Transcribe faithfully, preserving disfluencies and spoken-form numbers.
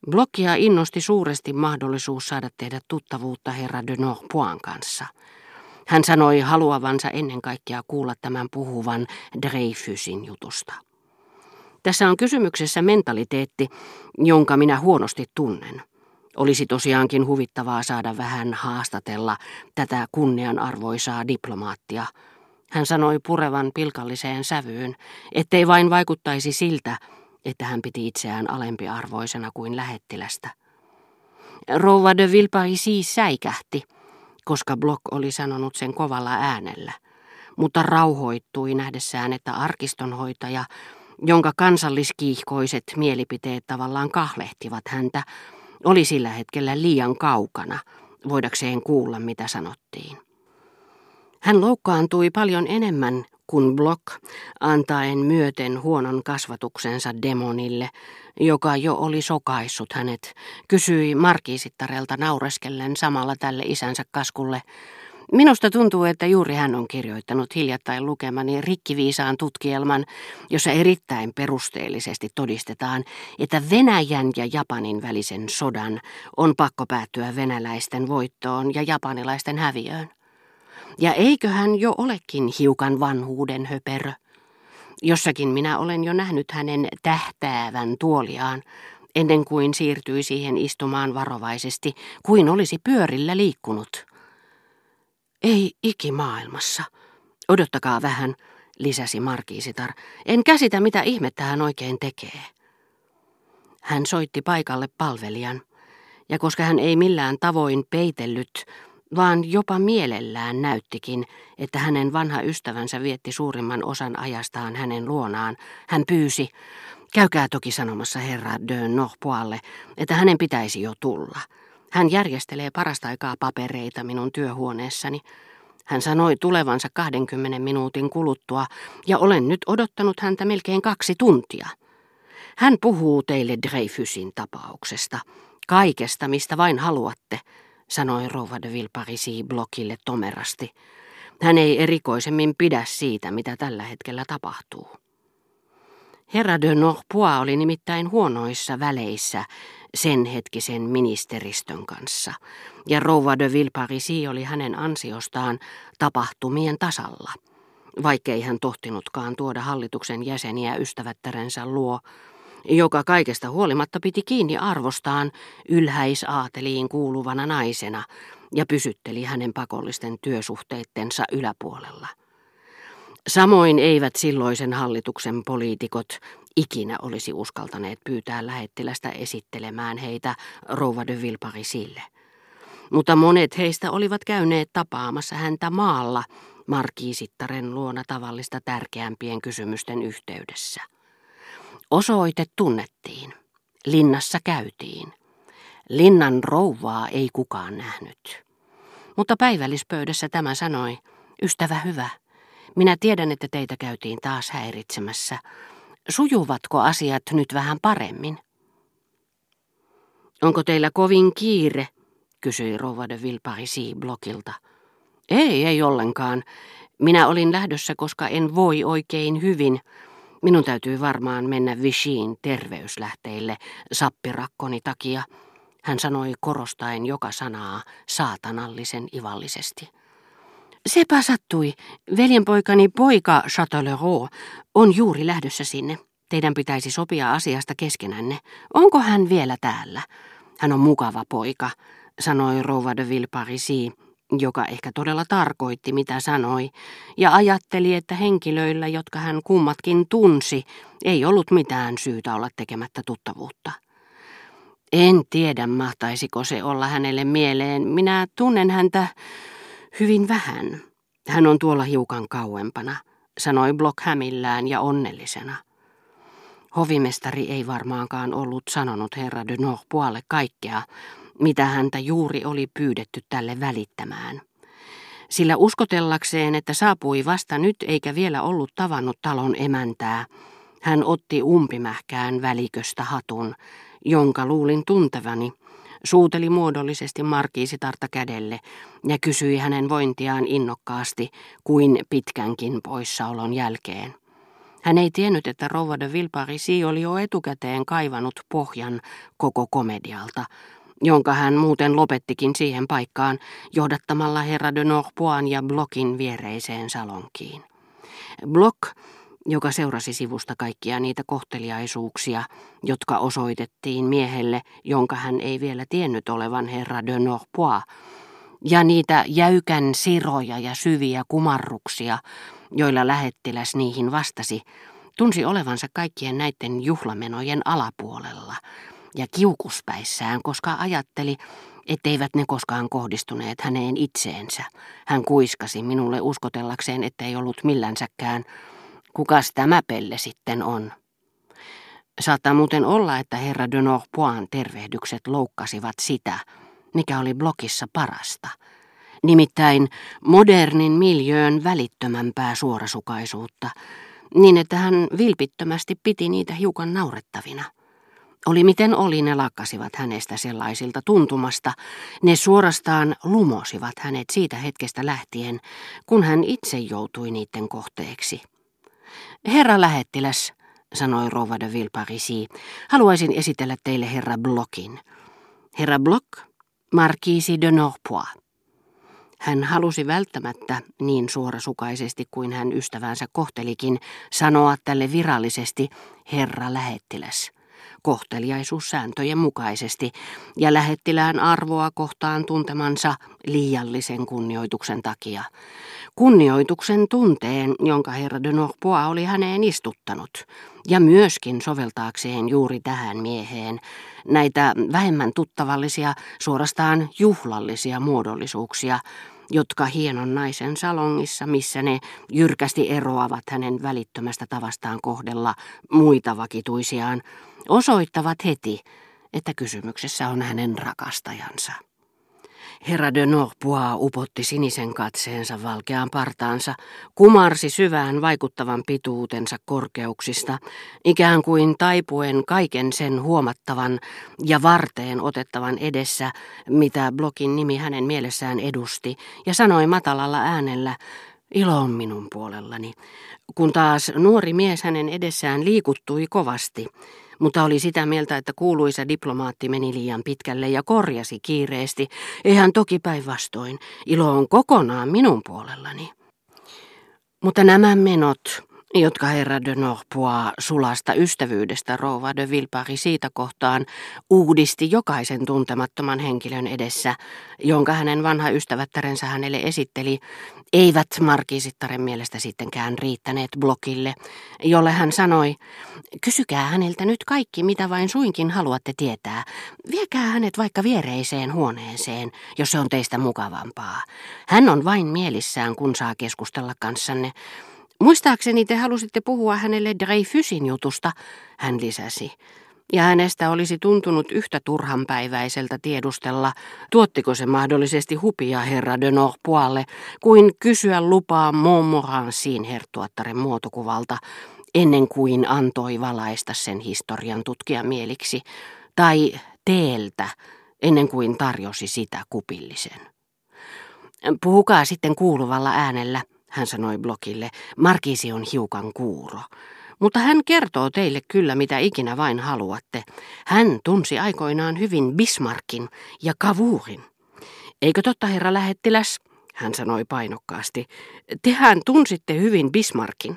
Blockia innosti suuresti mahdollisuus saada tehdä tuttavuutta herra de Norpoin kanssa. Hän sanoi haluavansa ennen kaikkea kuulla tämän puhuvan Dreyfusin jutusta. Tässä on kysymyksessä mentaliteetti, jonka minä huonosti tunnen. Olisi tosiaankin huvittavaa saada vähän haastatella tätä kunnianarvoisaa diplomaattia. Hän sanoi purevan pilkalliseen sävyyn, ettei vain vaikuttaisi siltä, että hän piti itseään alempiarvoisena kuin lähettilästä. Rouva de Villeparisis säikähti, koska Bloch oli sanonut sen kovalla äänellä, mutta rauhoittui nähdessään, että arkistonhoitaja, jonka kansalliskiihkoiset mielipiteet tavallaan kahlehtivat häntä, oli sillä hetkellä liian kaukana, voidakseen kuulla mitä sanottiin. Hän loukkaantui paljon enemmän kuin Bloch, antaen myöten huonon kasvatuksensa demonille, joka jo oli sokaissut hänet, kysyi markiisittarelta naureskellen samalla tälle isänsä kaskulle. Minusta tuntuu, että juuri hän on kirjoittanut hiljattain lukemani rikkiviisaan tutkielman, jossa erittäin perusteellisesti todistetaan, että Venäjän ja Japanin välisen sodan on pakko päättyä venäläisten voittoon ja japanilaisten häviöön. Ja eikö hän jo olekin hiukan vanhuuden höperö? Jossakin minä olen jo nähnyt hänen tähtäävän tuoliaan, ennen kuin siirtyi siihen istumaan varovaisesti, kuin olisi pyörillä liikkunut. Ei ikimaailmassa. Odottakaa vähän, lisäsi markiisitar. En käsitä, mitä ihmettä hän oikein tekee. Hän soitti paikalle palvelijan, ja koska hän ei millään tavoin peitellyt, vaan jopa mielellään näyttikin, että hänen vanha ystävänsä vietti suurimman osan ajastaan hänen luonaan, hän pyysi, käykää toki sanomassa herra de Norpoiselle, että hänen pitäisi jo tulla. Hän järjestelee parasta aikaa papereita minun työhuoneessani. Hän sanoi tulevansa kahdenkymmenen minuutin kuluttua, ja olen nyt odottanut häntä melkein kaksi tuntia. Hän puhuu teille Dreyfusin tapauksesta, kaikesta mistä vain haluatte, sanoi rouva de Villeparisis Blochille tomerasti. Hän ei erikoisemmin pidä siitä, mitä tällä hetkellä tapahtuu. Herra de Norpois oli nimittäin huonoissa väleissä sen hetkisen ministeristön kanssa, ja rouva de Villeparisis oli hänen ansiostaan tapahtumien tasalla, vaikkei hän tohtinutkaan tuoda hallituksen jäseniä ystävättärensä luo, joka kaikesta huolimatta piti kiinni arvostaan ylhäisaateliin kuuluvana naisena ja pysytteli hänen pakollisten työsuhteittensa yläpuolella. Samoin eivät silloisen hallituksen poliitikot ikinä olisi uskaltaneet pyytää lähettilästä esittelemään heitä rouva de Villeparisille. Mutta monet heistä olivat käyneet tapaamassa häntä maalla markiisittaren luona tavallista tärkeämpien kysymysten yhteydessä. Osoite tunnettiin. Linnassa käytiin. Linnan rouvaa ei kukaan nähnyt. Mutta päivällispöydässä tämä sanoi, ystävä hyvä, minä tiedän, että teitä käytiin taas häiritsemässä. Sujuvatko asiat nyt vähän paremmin? Onko teillä kovin kiire, kysyi rouva de Villeparisis Blochilta. Ei, ei ollenkaan. Minä olin lähdössä, koska en voi oikein hyvin. Minun täytyy varmaan mennä Vichyin terveyslähteille sappirakkoni takia, hän sanoi korostaen joka sanaa saatanallisen ivallisesti. Sepä sattui. Veljenpoikani poika Châtellerault on juuri lähdössä sinne. Teidän pitäisi sopia asiasta keskenänne. Onko hän vielä täällä? Hän on mukava poika, sanoi rouva de Villeparisis, joka ehkä todella tarkoitti mitä sanoi, ja ajatteli, että henkilöillä, jotka hän kummatkin tunsi, ei ollut mitään syytä olla tekemättä tuttavuutta. En tiedä, mahtaisiko se olla hänelle mieleen. Minä tunnen häntä hyvin vähän. Hän on tuolla hiukan kauempana, sanoi Bloch hämillään ja onnellisena. Hovimestari ei varmaankaan ollut sanonut herra de Norpoiselle kaikkea, mitä häntä juuri oli pyydetty tälle välittämään. Sillä uskotellakseen, että saapui vasta nyt eikä vielä ollut tavannut talon emäntää, hän otti umpimähkään väliköstä hatun, jonka luulin tuntevani, suuteli muodollisesti markiisitarta kädelle ja kysyi hänen vointiaan innokkaasti kuin pitkänkin poissaolon jälkeen. Hän ei tiennyt, että rouva de Villeparisis oli jo etukäteen kaivanut pohjan koko komedialta, jonka hän muuten lopettikin siihen paikkaan johdattamalla herra de Norpoin ja Blockin viereiseen salonkiin. Block, joka seurasi sivusta kaikkia niitä kohteliaisuuksia, jotka osoitettiin miehelle, jonka hän ei vielä tiennyt olevan herra de Norpois, ja niitä jäykän siroja ja syviä kumarruksia, joilla lähettiläs niihin vastasi, tunsi olevansa kaikkien näiden juhlamenojen alapuolella ja kiukuspäissään, koska ajatteli, etteivät ne koskaan kohdistuneet häneen itseensä. Hän kuiskasi minulle uskotellakseen, ettei ollut millänsäkään. Kukas tämä pelle sitten on? Saattaa muuten olla, että herra de Norpoin tervehdykset loukkasivat sitä, mikä oli Blockissa parasta. Nimittäin modernin miljöön välittömämpää suorasukaisuutta, niin että hän vilpittömästi piti niitä hiukan naurettavina. Oli miten oli, ne lakkasivat hänestä sellaisilta tuntumasta, ne suorastaan lumosivat hänet siitä hetkestä lähtien, kun hän itse joutui niiden kohteeksi. Herra lähettiläs, sanoi rouva de Villeparisis, haluaisin esitellä teille herra Blockin. Herra Block, markiisi de Norpois. Hän halusi välttämättä, niin suorasukaisesti kuin hän ystävänsä kohtelikin, sanoa tälle virallisesti herra lähettiläs, kohteliaisuussääntöjen mukaisesti ja lähettilään arvoa kohtaan tuntemansa liiallisen kunnioituksen takia. Kunnioituksen tunteen, jonka herra de Norpois oli häneen istuttanut, ja myöskin soveltaakseen juuri tähän mieheen näitä vähemmän tuttavallisia, suorastaan juhlallisia muodollisuuksia, jotka hienon naisen salongissa, missä ne jyrkästi eroavat hänen välittömästä tavastaan kohdella muita vakituisiaan, osoittavat heti, että kysymyksessä on hänen rakastajansa. Herra de Norpois upotti sinisen katseensa valkeaan partaansa, kumarsi syvään vaikuttavan pituutensa korkeuksista, ikään kuin taipuen kaiken sen huomattavan ja varteen otettavan edessä, mitä Blockin nimi hänen mielessään edusti, ja sanoi matalalla äänellä, ilo on minun puolellani, kun taas nuori mies hänen edessään liikuttui kovasti, mutta oli sitä mieltä, että kuuluisa diplomaatti meni liian pitkälle ja korjasi kiireesti. Eihän toki päinvastoin, ilo on kokonaan minun puolellani. Mutta nämä menot, jotka herra de Norpois sulasta ystävyydestä rouva de Villeparisis siitä kohtaan uudisti jokaisen tuntemattoman henkilön edessä, jonka hänen vanha ystävättärensä hänelle esitteli, eivät markiisittaren mielestä sittenkään riittäneet Blockille, jolle hän sanoi, kysykää häneltä nyt kaikki, mitä vain suinkin haluatte tietää. Viekää hänet vaikka viereiseen huoneeseen, jos se on teistä mukavampaa. Hän on vain mielissään, kun saa keskustella kanssanne. Muistaakseni te halusitte puhua hänelle Dreyfusin jutusta, hän lisäsi. Ja hänestä olisi tuntunut yhtä turhanpäiväiseltä tiedustella, tuottiko se mahdollisesti hupia herra de Norpoislle, kuin kysyä lupaa Montmorencin herttuattaren muotokuvalta, ennen kuin antoi valaista sen historian tutkijan mieliksi, tai teeltä, ennen kuin tarjosi sitä kupillisen. Puhukaa sitten kuuluvalla äänellä, hän sanoi Blockille, markiisi on hiukan kuuro. Mutta hän kertoo teille kyllä mitä ikinä vain haluatte. Hän tunsi aikoinaan hyvin Bismarckin ja Cavourin. Eikö totta, herra lähettiläs? Hän sanoi painokkaasti. Tehän tunsitte hyvin Bismarckin.